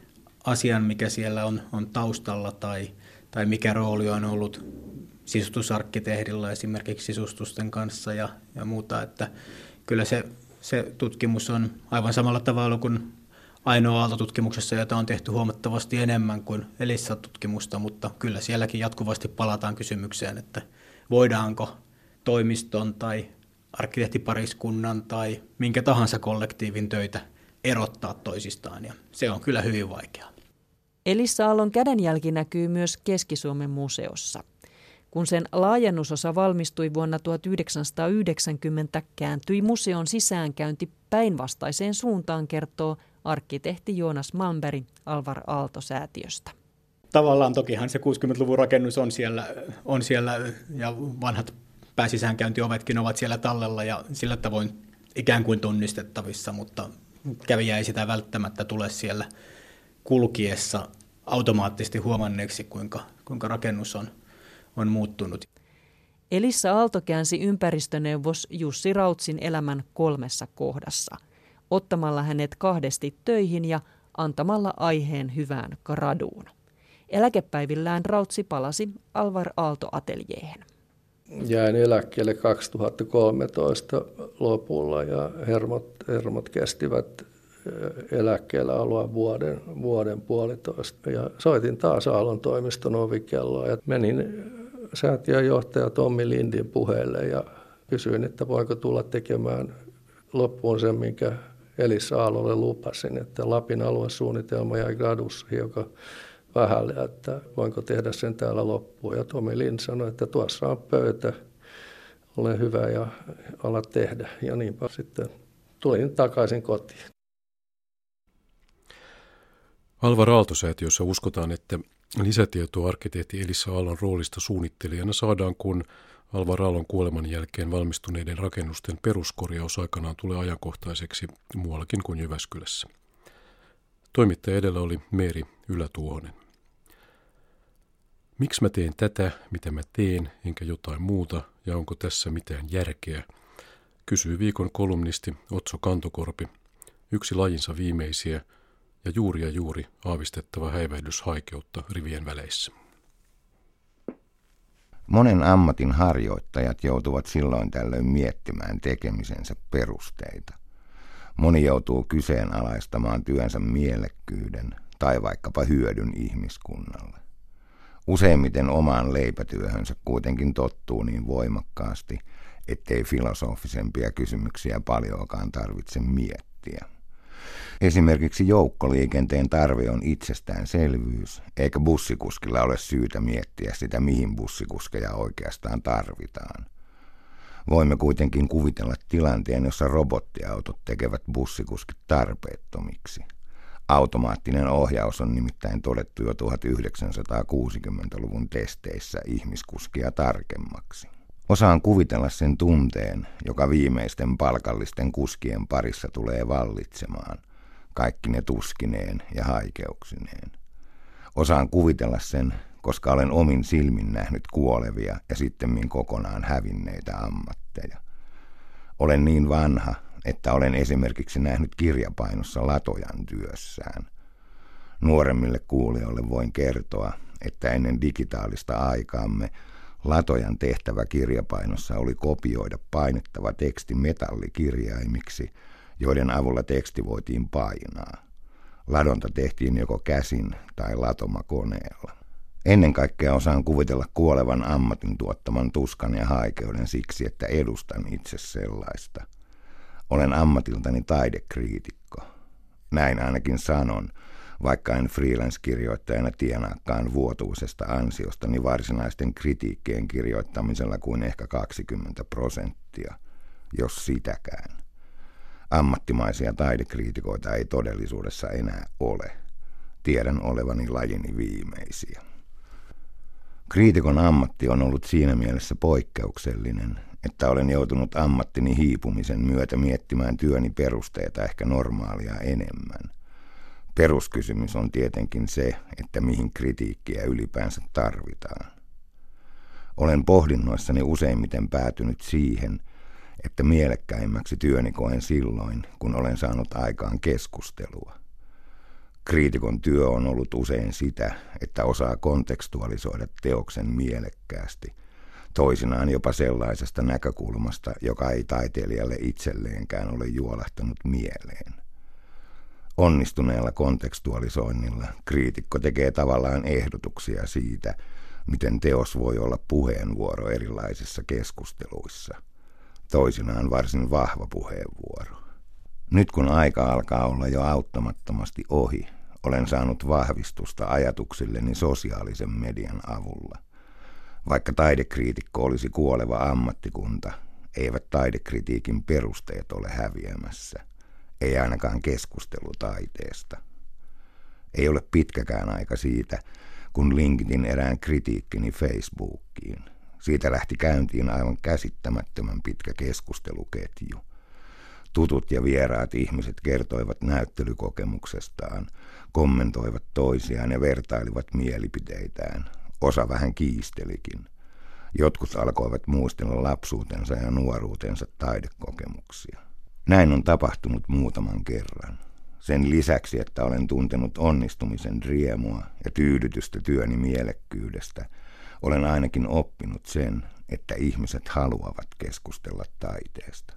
asian, mikä siellä on, on taustalla tai, tai mikä rooli on ollut sisustusarkkitehdilla esimerkiksi sisustusten kanssa ja, ja muuta. Että kyllä se, se tutkimus on aivan samalla tavalla kuin ainoa Aalto-tutkimuksessa, jota on tehty huomattavasti enemmän kuin Elissa-tutkimusta, mutta kyllä sielläkin jatkuvasti palataan kysymykseen, että voidaanko toimiston tai arkkitehtipariskunnan tai minkä tahansa kollektiivin töitä erottaa toisistaan, ja se on kyllä hyvin vaikeaa.
Elissa Aallon kädenjälki näkyy myös Keski-Suomen museossa. Kun sen laajennusosa valmistui vuonna tuhatyhdeksänsataayhdeksänkymmentä, kääntyi museon sisäänkäynti päinvastaiseen suuntaan, kertoo arkkitehti Joonas Malmberg Alvar Aalto-säätiöstä.
Tavallaan tokihan se kuusikymmentäluvun rakennus on siellä, on siellä ja vanhat pääsisäänkäyntiovetkin ovat siellä tallella ja sillä tavoin ikään kuin tunnistettavissa, mutta kävijä ei sitä välttämättä tule siellä kulkiessa automaattisesti huomanneeksi, kuinka, kuinka rakennus on, on muuttunut.
Elissa Aalto käänsi ympäristöneuvos Jussi Rautsin elämän kolmessa kohdassa, ottamalla hänet kahdesti töihin ja antamalla aiheen hyvään graduun. Eläkepäivillään Rautsi palasi Alvar Aalto-ateljeehen.
Jäin eläkkeelle kaksituhattakolmetoista lopulla ja hermot, hermot kestivät eläkkeellä aloa vuoden, vuoden puolitoista. Ja soitin taas Aallon toimiston ovikelloa ja menin säätiön johtaja Tommi Lindin puheelle ja kysyin, että voinko tulla tekemään loppuun sen, minkä Elissa Aallolle lupasin, että Lapin aluesuunnitelma jäi gradussa hiukan vähälle, että voinko tehdä sen täällä loppuun. Ja Tommi Lind sanoi, että tuossa on pöytä, ole hyvä ja ala tehdä. Ja niinpä sitten tulin takaisin kotiin.
Alvar Aalto-säätiössä uskotaan, että lisätietoa arkkitehti Elissa Aallon roolista suunnittelijana saadaan, kun Alvar Aallon kuoleman jälkeen valmistuneiden rakennusten peruskorjaus aikanaan tulee ajankohtaiseksi muuallakin kuin Jyväskylässä. Toimittaja edellä oli Meeri Ylätuohonen. Miksi mä teen tätä, mitä mä teen, enkä jotain muuta, ja onko tässä mitään järkeä? Kysyy viikon kolumnisti Otso Kantokorpi, yksi lajinsa viimeisiä ja juuri ja juuri aavistettava häivähdyshaikeutta rivien väleissä.
Monen ammatin harjoittajat joutuvat silloin tällöin miettimään tekemisensä perusteita. Moni joutuu kyseenalaistamaan työnsä mielekkyyden tai vaikkapa hyödyn ihmiskunnalle. Useimmiten omaan leipätyöhönsä kuitenkin tottuu niin voimakkaasti, ettei filosofisempia kysymyksiä paljoakaan tarvitse miettiä. Esimerkiksi joukkoliikenteen tarve on itsestäänselvyys, eikä bussikuskilla ole syytä miettiä sitä, mihin bussikuskeja oikeastaan tarvitaan. Voimme kuitenkin kuvitella tilanteen, jossa robottiautot tekevät bussikuskit tarpeettomiksi. Automaattinen ohjaus on nimittäin todettu jo tuhatyhdeksänsataakuusikymmentäluvun testeissä ihmiskuskia tarkemmaksi. Osaan kuvitella sen tunteen, joka viimeisten palkallisten kuskien parissa tulee vallitsemaan, kaikki ne tuskineen ja haikeuksineen. Osaan kuvitella sen, koska olen omin silmin nähnyt kuolevia ja sittemmin kokonaan hävinneitä ammatteja. Olen niin vanha, että olen esimerkiksi nähnyt kirjapainossa Latojan työssään. Nuoremmille kuulijoille voin kertoa, että ennen digitaalista aikaamme Latojan tehtävä kirjapainossa oli kopioida painettava teksti metallikirjaimiksi, joiden avulla teksti voitiin painaa. Ladonta tehtiin joko käsin tai latomakoneella. Ennen kaikkea osaan kuvitella kuolevan ammatin tuottaman tuskan ja haikeuden siksi, että edustan itse sellaista. Olen ammatiltani taidekriitikko. Näin ainakin sanon, vaikka en freelance-kirjoittajana tienaakaan vuotuisesta ansiostani varsinaisten kritiikkien kirjoittamisella kuin ehkä kaksikymmentä prosenttia, jos sitäkään. Ammattimaisia taidekriitikoita ei todellisuudessa enää ole. Tiedän olevani lajini viimeisiä. Kriitikon ammatti on ollut siinä mielessä poikkeuksellinen, että olen joutunut ammattini hiipumisen myötä miettimään työni perusteita ehkä normaalia enemmän. Peruskysymys on tietenkin se, että mihin kritiikkiä ylipäänsä tarvitaan. Olen pohdinnoissani useimmiten päätynyt siihen, että mielekkäimmäksi työni koen silloin, kun olen saanut aikaan keskustelua. Kriitikon työ on ollut usein sitä, että osaa kontekstualisoida teoksen mielekkäästi, toisinaan jopa sellaisesta näkökulmasta, joka ei taiteilijalle itselleenkään ole juolahtanut mieleen. Onnistuneella kontekstualisoinnilla kriitikko tekee tavallaan ehdotuksia siitä, miten teos voi olla puheenvuoro erilaisissa keskusteluissa, toisinaan varsin vahva puheenvuoro. Nyt kun aika alkaa olla jo auttamattomasti ohi, olen saanut vahvistusta ajatuksilleni sosiaalisen median avulla. Vaikka taidekriitikko olisi kuoleva ammattikunta, eivät taidekritiikin perusteet ole häviämässä, ei ainakaan keskustelu taiteesta. Ei ole pitkäkään aika siitä, kun linkitin erään kritiikkini Facebookiin. Siitä lähti käyntiin aivan käsittämättömän pitkä keskusteluketju. Tutut ja vieraat ihmiset kertoivat näyttelykokemuksestaan, kommentoivat toisiaan ja vertailivat mielipiteitään. Osa vähän kiistelikin. Jotkut alkoivat muistella lapsuutensa ja nuoruutensa taidekokemuksia. Näin on tapahtunut muutaman kerran. Sen lisäksi, että olen tuntenut onnistumisen riemua ja tyydytystä työni mielekkyydestä, olen ainakin oppinut sen, että ihmiset haluavat keskustella taiteesta.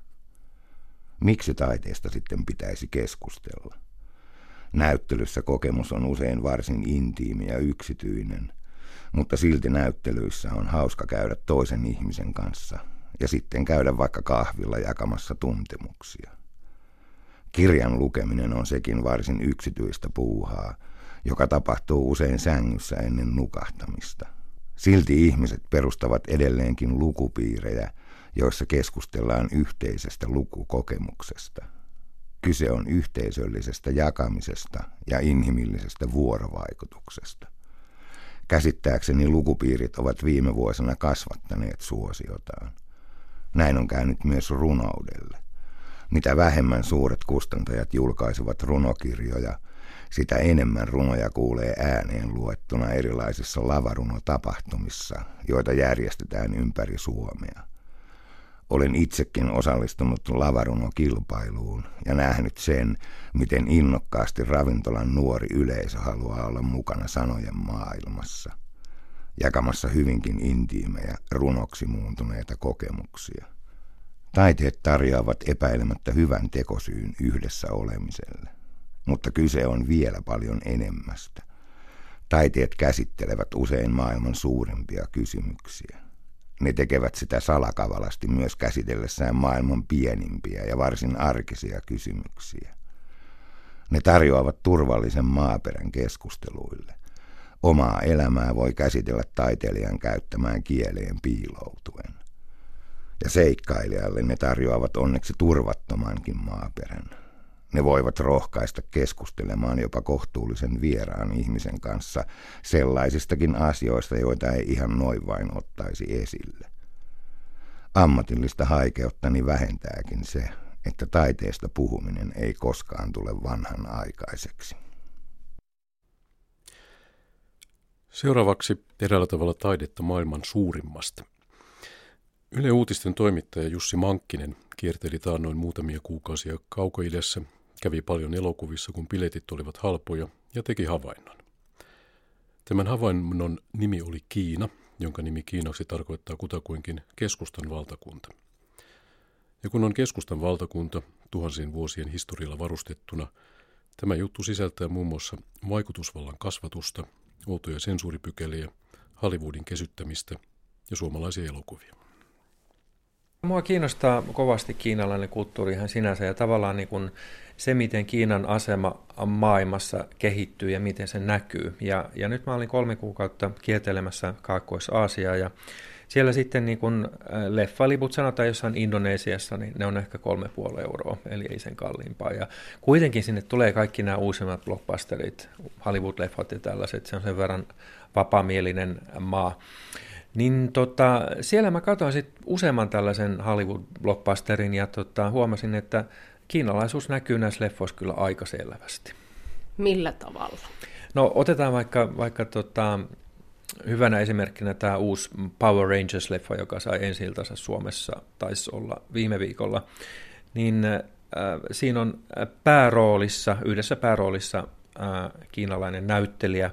Miksi taiteesta sitten pitäisi keskustella? Näyttelyssä kokemus on usein varsin intiimi ja yksityinen, mutta silti näyttelyissä on hauska käydä toisen ihmisen kanssa ja sitten käydä vaikka kahvilla jakamassa tuntemuksia. Kirjan lukeminen on sekin varsin yksityistä puuhaa, joka tapahtuu usein sängyssä ennen nukahtamista. Silti ihmiset perustavat edelleenkin lukupiirejä, joissa keskustellaan yhteisestä lukukokemuksesta. Kyse on yhteisöllisestä jakamisesta ja inhimillisestä vuorovaikutuksesta. Käsittääkseni lukupiirit ovat viime vuosina kasvattaneet suosiotaan. Näin on käynyt myös runoudelle. Mitä vähemmän suuret kustantajat julkaisivat runokirjoja, sitä enemmän runoja kuulee ääneen luettuna erilaisissa lavarunotapahtumissa, joita järjestetään ympäri Suomea. Olen itsekin osallistunut lavarunokilpailuun ja nähnyt sen, miten innokkaasti ravintolan nuori yleisö haluaa olla mukana sanojen maailmassa, jakamassa hyvinkin intiimejä runoksi muuntuneita kokemuksia. Taiteet tarjoavat epäilemättä hyvän tekosyyn yhdessä olemiselle, mutta kyse on vielä paljon enemmästä. Taiteet käsittelevät usein maailman suurimpia kysymyksiä. Ne tekevät sitä salakavalasti myös käsitellessään maailman pienimpiä ja varsin arkisia kysymyksiä. Ne tarjoavat turvallisen maaperän keskusteluille. Omaa elämää voi käsitellä taiteilijan käyttämään kieleen piiloutuen. Ja seikkailijalle ne tarjoavat onneksi turvattomankin maaperän. Ne voivat rohkaista keskustelemaan jopa kohtuullisen vieraan ihmisen kanssa sellaisistakin asioista, joita ei ihan noin vain ottaisi esille. Ammatillista haikeuttani vähentääkin se, että taiteesta puhuminen ei koskaan tule vanhanaikaiseksi.
Seuraavaksi eräällä tavalla taidetta maailman suurimmasta. Yle Uutisten toimittaja Jussi Mankkinen kierteli taannoin muutamia kuukausia Kaukoidässä, kävi paljon elokuvissa, kun biletit olivat halpoja, ja teki havainnon. Tämän havainnon nimi oli Kiina, jonka nimi kiinaksi tarkoittaa kutakuinkin keskustan valtakunta. Ja kun on keskustan valtakunta tuhansien vuosien historialla varustettuna, tämä juttu sisältää muun muassa vaikutusvallan kasvatusta, outoja sensuuripykäliä, Hollywoodin kesyttämistä ja suomalaisia elokuvia.
Mua kiinnostaa kovasti kiinalainen kulttuuri ihan sinänsä ja tavallaan niin kuin se, miten Kiinan asema maailmassa kehittyy ja miten se näkyy. Ja, ja nyt mä olin kolme kuukautta kiertelemässä Kaakkois-Aasiaa ja siellä sitten niin kun leffaliput sanotaan jossain Indonesiassa, niin ne on ehkä kolme puoli euroa, eli ei sen kalliimpaa. Ja kuitenkin sinne tulee kaikki nämä uusimmat blockbusterit, Hollywood-leffat ja tällaiset, se on sen verran vapaamielinen maa. Niin tota, siellä mä katsoin sit useamman tällaisen Hollywood-blockbusterin ja tota, huomasin, että kiinalaisuus näkyy näissä leffoissa kyllä aika selvästi.
Millä tavalla?
No otetaan vaikka, vaikka tota, hyvänä esimerkkinä tämä uusi Power Rangers-leffa, joka sai ensi-iltansa Suomessa, taisi olla viime viikolla. Niin äh, siinä on pääroolissa, yhdessä pääroolissa äh, kiinalainen näyttelijä.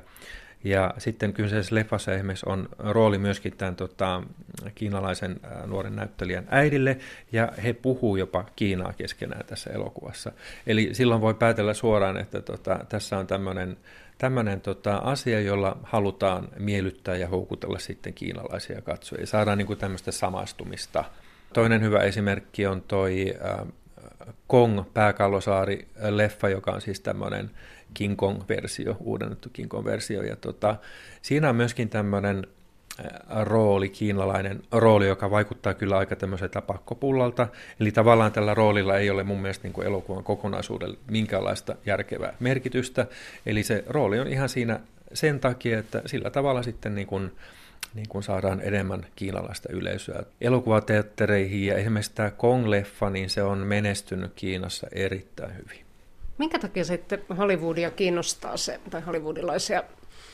Ja sitten kyseisessä leffassa esimerkiksi on rooli myöskin tämän tota, kiinalaisen ää, nuoren näyttelijän äidille, ja he puhuu jopa kiinaa keskenään tässä elokuvassa. Eli silloin voi päätellä suoraan, että tota, tässä on tämmöinen tämmöinen tota, asia, jolla halutaan miellyttää ja houkutella sitten kiinalaisia katsojia. Saadaan niin kuin tämmöistä samastumista. Toinen hyvä esimerkki on toi ää, Kong, Pääkallosaari-leffa, joka on siis tämmöinen King Kong-versio, uudennettu King Kong-versio, ja tota, siinä on myöskin tämmöinen rooli, kiinalainen rooli, joka vaikuttaa kyllä aika tämmöiseltä pakkopullalta, eli tavallaan tällä roolilla ei ole mun mielestä niin kuin elokuvan kokonaisuudelle minkäänlaista järkevää merkitystä, eli se rooli on ihan siinä sen takia, että sillä tavalla sitten niin kuin, niin kuin saadaan enemmän kiinalaista yleisöä elokuvateattereihin, ja esimerkiksi tämä Kong-leffa, niin se on menestynyt Kiinassa erittäin hyvin.
Minkä takia sitten Hollywoodia kiinnostaa se, tai hollywoodilaisia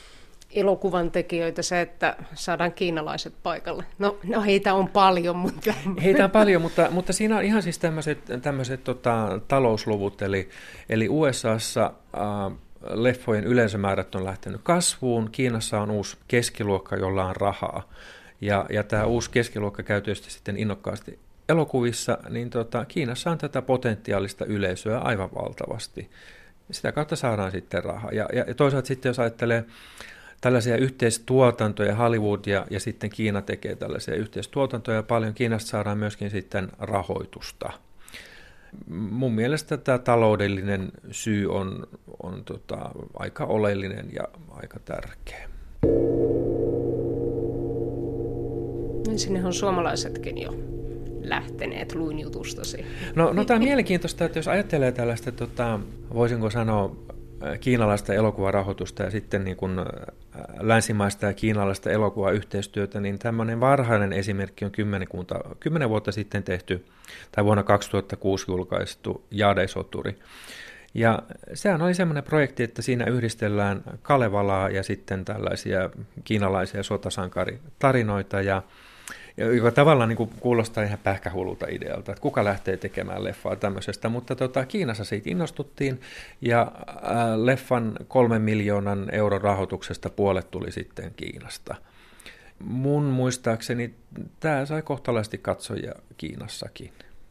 elokuvan tekijöitä se, että saadaan kiinalaiset paikalle? No, no heitä on paljon, mutta...
Heitä on paljon, mutta, mutta siinä on ihan siis tämmöiset, tämmöiset tota, talousluvut, eli, eli U S A:ssa äh, leffojen yleisömäärät on lähtenyt kasvuun, Kiinassa on uusi keskiluokka, jolla on rahaa, ja, ja tämä uusi keskiluokka käy tietysti sitten innokkaasti elokuvissa, niin tota, Kiinassa on tätä potentiaalista yleisöä aivan valtavasti. Sitä kautta saadaan sitten rahaa. Ja, ja, ja toisaalta sitten, jos ajattelee tällaisia yhteistuotantoja, Hollywood ja, ja sitten Kiina tekee tällaisia yhteistuotantoja paljon, Kiinasta saadaan myöskin sitten rahoitusta. Mun mielestä tämä taloudellinen syy on, on tota, aika oleellinen ja aika tärkeä.
Sinnehän on suomalaisetkin jo lähteneet, luin jutustasi.
No, no tämä on mielenkiintoista, että jos ajattelee tällaista, tota, voisinko sanoa, kiinalaista elokuvarahoitusta ja sitten niin kuin länsimaista ja kiinalaista elokuvayhteistyötä, niin tämmöinen varhainen esimerkki on kymmenen vuotta sitten tehty, tai vuonna kaksituhattakuusi julkaistu Jade-soturi. Ja sehän oli semmoinen projekti, että siinä yhdistellään Kalevalaa ja sitten tällaisia kiinalaisia sotasankaritarinoita, ja joka tavallaan niin kuin kuulostaa ihan pähkähullulta idealta, että kuka lähtee tekemään leffaa tämmöisestä, mutta tota, Kiinassa siitä innostuttiin, ja ää, leffan kolmen miljoonan euron rahoituksesta puolet tuli sitten Kiinasta. Mun muistaakseni tämä sai kohtalaisesti katsojia Kiinassakin.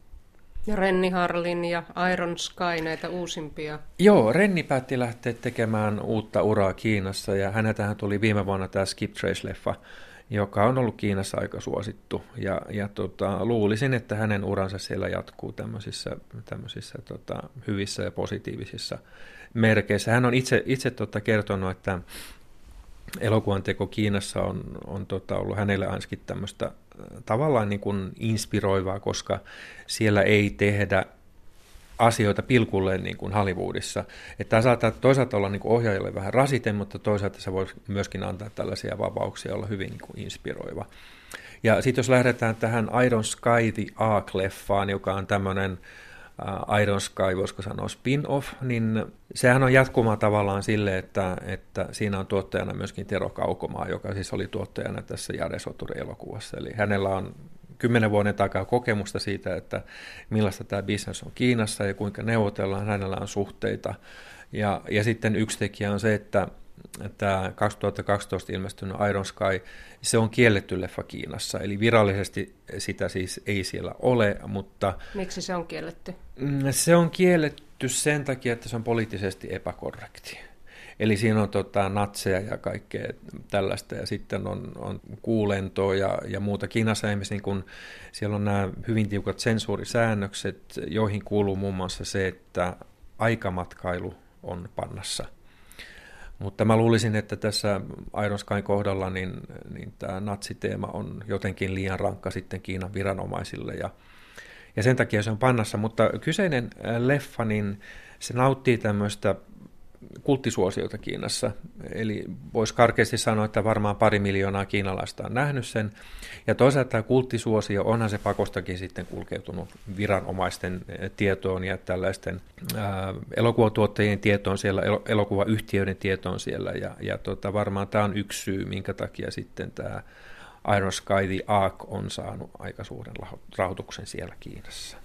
Ja Renny Harlin ja Iron Sky, näitä uusimpia.
Joo, Renny päätti lähteä tekemään uutta uraa Kiinassa ja häneltähän tuli viime vuonna tämä Skip Trace-leffa, joka on ollut Kiinassa aika suosittu. Ja, ja tota, luulisin, että hänen uransa siellä jatkuu tämmöisissä, tämmöisissä tota, hyvissä ja positiivisissa merkeissä. Hän on itse, itse tota, kertonut, että elokuvan teko Kiinassa on, on tota, ollut hänelle ainakin tämmöistä tavallaan niin kuin inspiroivaa, koska siellä ei tehdä asioita pilkulleen niin kuin Hollywoodissa. Että tämä saattaa toisaalta olla niin kuin ohjaajalle vähän rasite, mutta toisaalta se voi myöskin antaa tällaisia vapauksia, olla hyvin niin kuin inspiroiva. Ja sitten jos lähdetään tähän Iron Sky The Ark-leffaan, joka on tämmöinen uh, Iron Sky, voisiko sanoa spin-off, niin sehän on jatkumaa tavallaan sille, että, että siinä on tuottajana myöskin Tero Kaukomaa, joka siis oli tuottajana tässä Jare Soturi-elokuvassa. Eli hänellä on kymmenen vuoden takaa kokemusta siitä, että millaista tämä business on Kiinassa ja kuinka neuvotellaan, hänellä on suhteita. Ja, ja sitten yksi tekijä on se, että tämä kaksituhattakaksitoista ilmestynyt Iron Sky, se on kielletty leffa Kiinassa, eli virallisesti sitä siis ei siellä ole, mutta...
Miksi se on kielletty?
Se on kielletty sen takia, että se on poliittisesti epäkorrekti. Eli siinä on tota, natseja ja kaikkea tällaista, ja sitten on, on kuulentoa ja, ja muuta. Kiinassa esimerkiksi niin kun, siellä on nämä hyvin tiukat sensuurisäännökset, joihin kuuluu muun muassa se, että aikamatkailu on pannassa. Mutta mä luulisin, että tässä Iron Skyn kohdalla niin, niin tämä natsiteema on jotenkin liian rankka sitten Kiinan viranomaisille, ja, ja sen takia se on pannassa. Mutta kyseinen leffa, niin se nauttii tämmöistä kulttisuosiota Kiinassa, eli voisi karkeasti sanoa, että varmaan pari miljoonaa kiinalaista on nähnyt sen, ja toisaalta tämä kulttisuosio onhan se pakostakin sitten kulkeutunut viranomaisten tietoon ja tällaisten ää, elokuvatuottajien tietoon siellä, el- elokuvayhtiöiden tietoon siellä, ja, ja tota, varmaan tämä on yksi syy, minkä takia sitten tämä Iron Sky The Ark on saanut aika suuren rahoituksen siellä Kiinassa.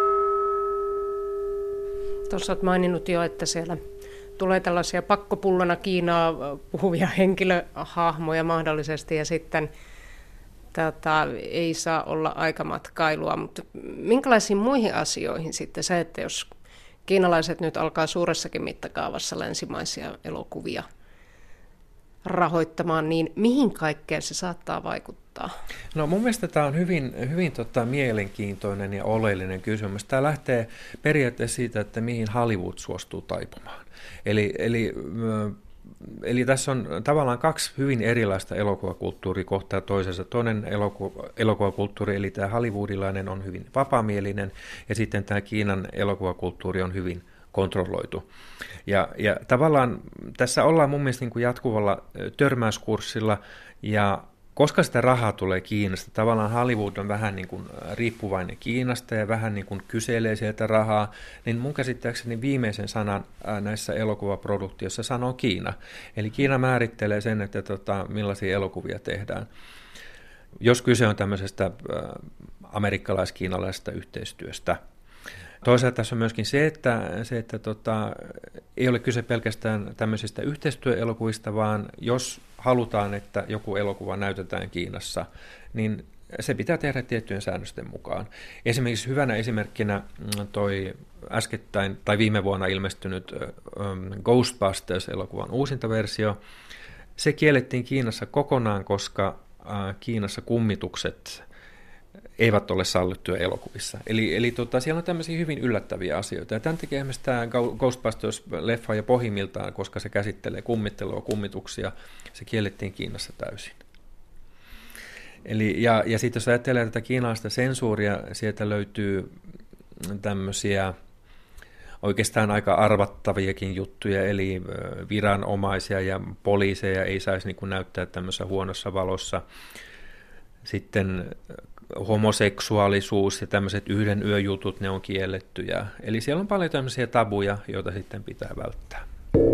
Tuossa olet maininnut jo, että siellä tulee tällaisia pakkopullona Kiinaa puhuvia henkilöhahmoja mahdollisesti, ja sitten tätä, ei saa olla aikamatkailua. Mutta minkälaisiin muihin asioihin sitten se, että jos kiinalaiset nyt alkaa suuressakin mittakaavassa länsimaisia elokuvia rahoittamaan, niin mihin kaikkeen se saattaa vaikuttaa?
No mun mielestä tämä on hyvin, hyvin tota, mielenkiintoinen ja oleellinen kysymys. Tämä lähtee periaatteessa siitä, että mihin Hollywood suostuu taipumaan. Eli, eli, eli tässä on tavallaan kaksi hyvin erilaista elokuvakulttuuria kohtaa toisensa. Toinen elokuva, elokuvakulttuuri, eli tämä hollywoodilainen, on hyvin vapaamielinen, ja sitten tämä Kiinan elokuvakulttuuri on hyvin kontrolloitu. Ja, ja tavallaan tässä ollaan mun mielestä niin kuin jatkuvalla törmäyskurssilla, ja koska sitä rahaa tulee Kiinasta, tavallaan Hollywood on vähän niin kuin riippuvainen Kiinasta ja vähän niin kuin kyselee sieltä rahaa, niin mun käsittääkseni viimeisen sanan näissä elokuvaproduktioissa sanoo Kiina. Eli Kiina määrittelee sen, että tota, millaisia elokuvia tehdään. Jos kyse on tämmöisestä amerikkalais-kiinalaisesta yhteistyöstä. Toisaalta tässä on myöskin se, että, se, että tota, ei ole kyse pelkästään tämmöisistä yhteistyöelokuvista, vaan jos halutaan, että joku elokuva näytetään Kiinassa, niin se pitää tehdä tiettyjen säännösten mukaan. Esimerkiksi hyvänä esimerkkinä toi äskettäin tai viime vuonna ilmestynyt um, Ghostbusters-elokuvan uusinta versio. Se kiellettiin Kiinassa kokonaan, koska uh, Kiinassa kummitukset eivät ole sallittuja elokuvissa. Eli, eli tota, siellä on tämmöisiä hyvin yllättäviä asioita. Ja tämän takia esimerkiksi tämä Ghostbusters-leffa ja pohjimmiltaan, koska se käsittelee kummittelua, kummituksia, se kiellettiin Kiinassa täysin. Eli, ja ja sitten jos ajattelee tätä kiinalaista sensuuria, sieltä löytyy tämmöisiä oikeastaan aika arvattaviakin juttuja, eli viranomaisia ja poliiseja ei saisi niin kuin näyttää tämmöisessä huonossa valossa. Sitten homoseksuaalisuus ja tämmöiset yhden yöjutut, ne on kiellettyjä. Eli siellä on paljon tämmöisiä tabuja, joita sitten pitää välttää.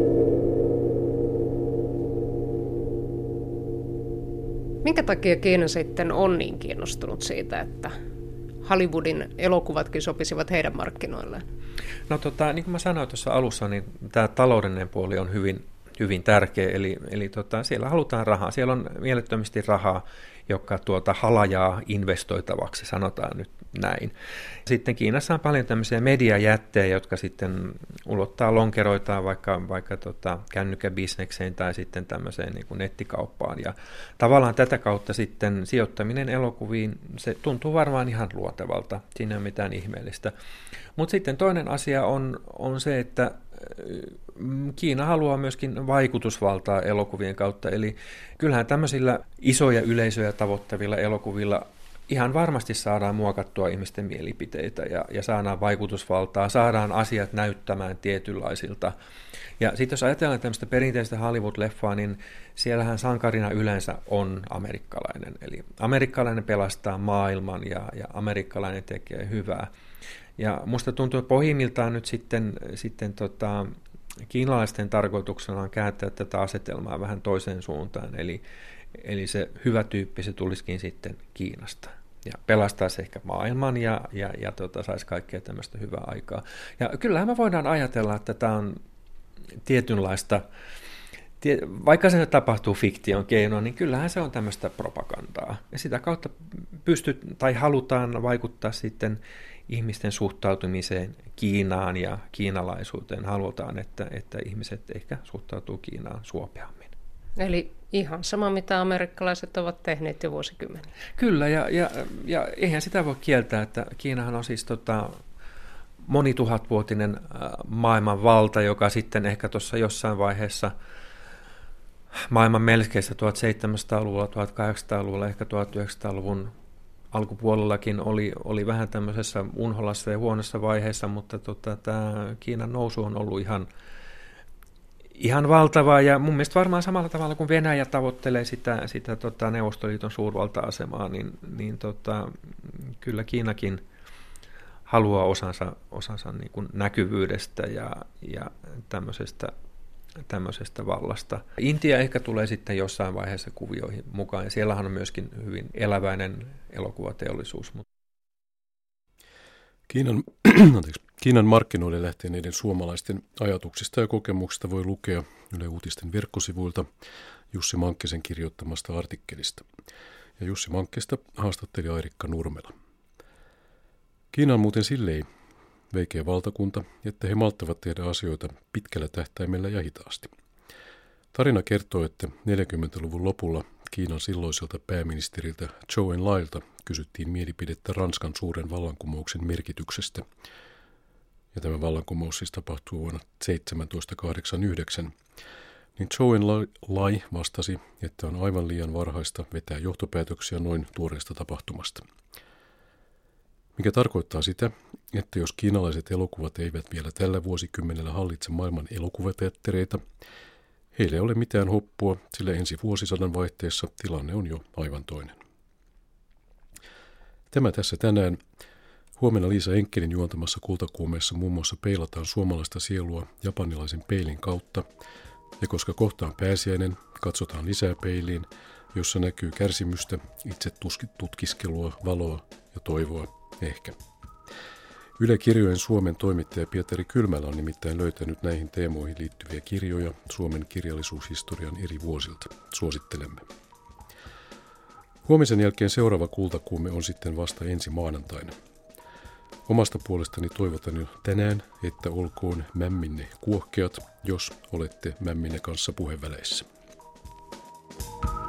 Minkä takia Kiina sitten on niin kiinnostunut siitä, että Hollywoodin elokuvatkin sopisivat heidän markkinoilleen?
No tota, niin kuin mä sanoin tuossa alussa, niin tämä taloudellinen puoli on hyvin, hyvin tärkeä, eli, eli tota, siellä halutaan rahaa. Siellä on mielettömästi rahaa, joka tuota halajaa investoitavaksi, sanotaan nyt näin. Sitten Kiinassa on paljon tämmöisiä mediajättejä, jotka sitten ulottaa lonkeroitaan vaikka, vaikka tota, kännykkäbisnekseen tai sitten tämmöiseen niin kuin nettikauppaan. Ja tavallaan tätä kautta sitten sijoittaminen elokuviin, se tuntuu varmaan ihan luontevalta, siinä ei ole mitään ihmeellistä. Mutta sitten toinen asia on, on se, että Kiina haluaa myöskin vaikutusvaltaa elokuvien kautta, eli kyllähän tämmöisillä isoja yleisöjä tavoittavilla elokuvilla ihan varmasti saadaan muokattua ihmisten mielipiteitä ja, ja saadaan vaikutusvaltaa, saadaan asiat näyttämään tietynlaisilta. Ja sitten jos ajatellaan tämmöistä perinteistä Hollywood-leffaa, niin siellähän sankarina yleensä on amerikkalainen, eli amerikkalainen pelastaa maailman ja, ja amerikkalainen tekee hyvää. Ja musta tuntuu, että pohjimmiltaan nyt sitten, sitten tota, kiinalaisten tarkoituksena on kääntää tätä asetelmaa vähän toiseen suuntaan, eli, eli se hyvä tyyppi se tulisikin sitten Kiinasta ja pelastaisi ehkä maailman ja, ja, ja tota, saisi kaikkea tämmöistä hyvää aikaa. Ja kyllähän me voidaan ajatella, että tämä on tietynlaista, vaikka se tapahtuu fiktion keinoin, niin kyllähän se on tämmöistä propagandaa. Ja sitä kautta pystyt tai halutaan vaikuttaa sitten ihmisten suhtautumiseen Kiinaan ja kiinalaisuuteen. Halutaan, että, että ihmiset ehkä suhtautuu Kiinaan suopeammin.
Eli ihan sama, mitä amerikkalaiset ovat tehneet jo vuosikymmeniä.
Kyllä, ja, ja, ja eihän sitä voi kieltää, että Kiinahan on siis tota, monituhatvuotinen maailman valta, joka sitten ehkä tuossa jossain vaiheessa maailman melskeissä seitsemäntoistasataa-luvulla, tuhatkahdeksansataaluvulla, ehkä tuhatyhdeksänsataaluvun alkupuolellakin oli, oli vähän tämmöisessä unholassa ja huonossa vaiheessa, mutta tota, tämä Kiinan nousu on ollut ihan, ihan valtavaa, ja mun mielestä varmaan samalla tavalla kuin Venäjä tavoittelee sitä, sitä tota, Neuvostoliiton suurvalta-asemaa, niin, niin tota, kyllä Kiinakin haluaa osansa, osansa niin kuin näkyvyydestä ja, ja tämmöisestä tämmöisestä vallasta. Intia ehkä tulee sitten jossain vaiheessa kuvioihin mukaan, ja siellähän on myöskin hyvin eläväinen elokuvateollisuus.
Kiinan, Kiinan markkinoille lähteneiden suomalaisten ajatuksista ja kokemuksista voi lukea Yle Uutisten verkkosivuilta Jussi Mankkisen kirjoittamasta artikkelista. Ja Jussi Mankkista haastatteli Airikka Nurmela. Kiina on muuten silleen veikeä valtakunta, että he malttavat tehdä asioita pitkällä tähtäimellä ja hitaasti. Tarina kertoo, että neljäkymmentäluvun lopulla Kiinan silloiselta pääministeriltä Zhou Enlailta kysyttiin mielipidettä Ranskan suuren vallankumouksen merkityksestä. Ja tämä vallankumous siis tapahtui vuonna seitsemäntoista kahdeksankymmentäyhdeksän. Niin Zhou Enlai vastasi, että on aivan liian varhaista vetää johtopäätöksiä noin tuoreesta tapahtumasta. Mikä tarkoittaa sitä, että jos kiinalaiset elokuvat eivät vielä tällä vuosikymmenellä hallitse maailman elokuvateattereita, heillä ei ole mitään hoppua, sillä ensi vuosisadan vaihteessa tilanne on jo aivan toinen. Tämä tässä tänään. Huomenna Liisa Enkkelin juontamassa Kultakuumeessa muun muassa peilataan suomalaista sielua japanilaisen peilin kautta, ja koska kohta on pääsiäinen, katsotaan lisää peiliin, jossa näkyy kärsimystä, itse tutkiskelua, valoa ja toivoa. Ehkä. Yle Kirjojen Suomen toimittaja Pietari Kylmälä on nimittäin löytänyt näihin teemoihin liittyviä kirjoja Suomen kirjallisuushistorian eri vuosilta. Suosittelemme. Huomisen jälkeen seuraava Kultakuume on sitten vasta ensi maanantaina. Omasta puolestani toivotan jo tänään, että olkoon mämminne kuohkeat, jos olette mämminne kanssa puheväleissä.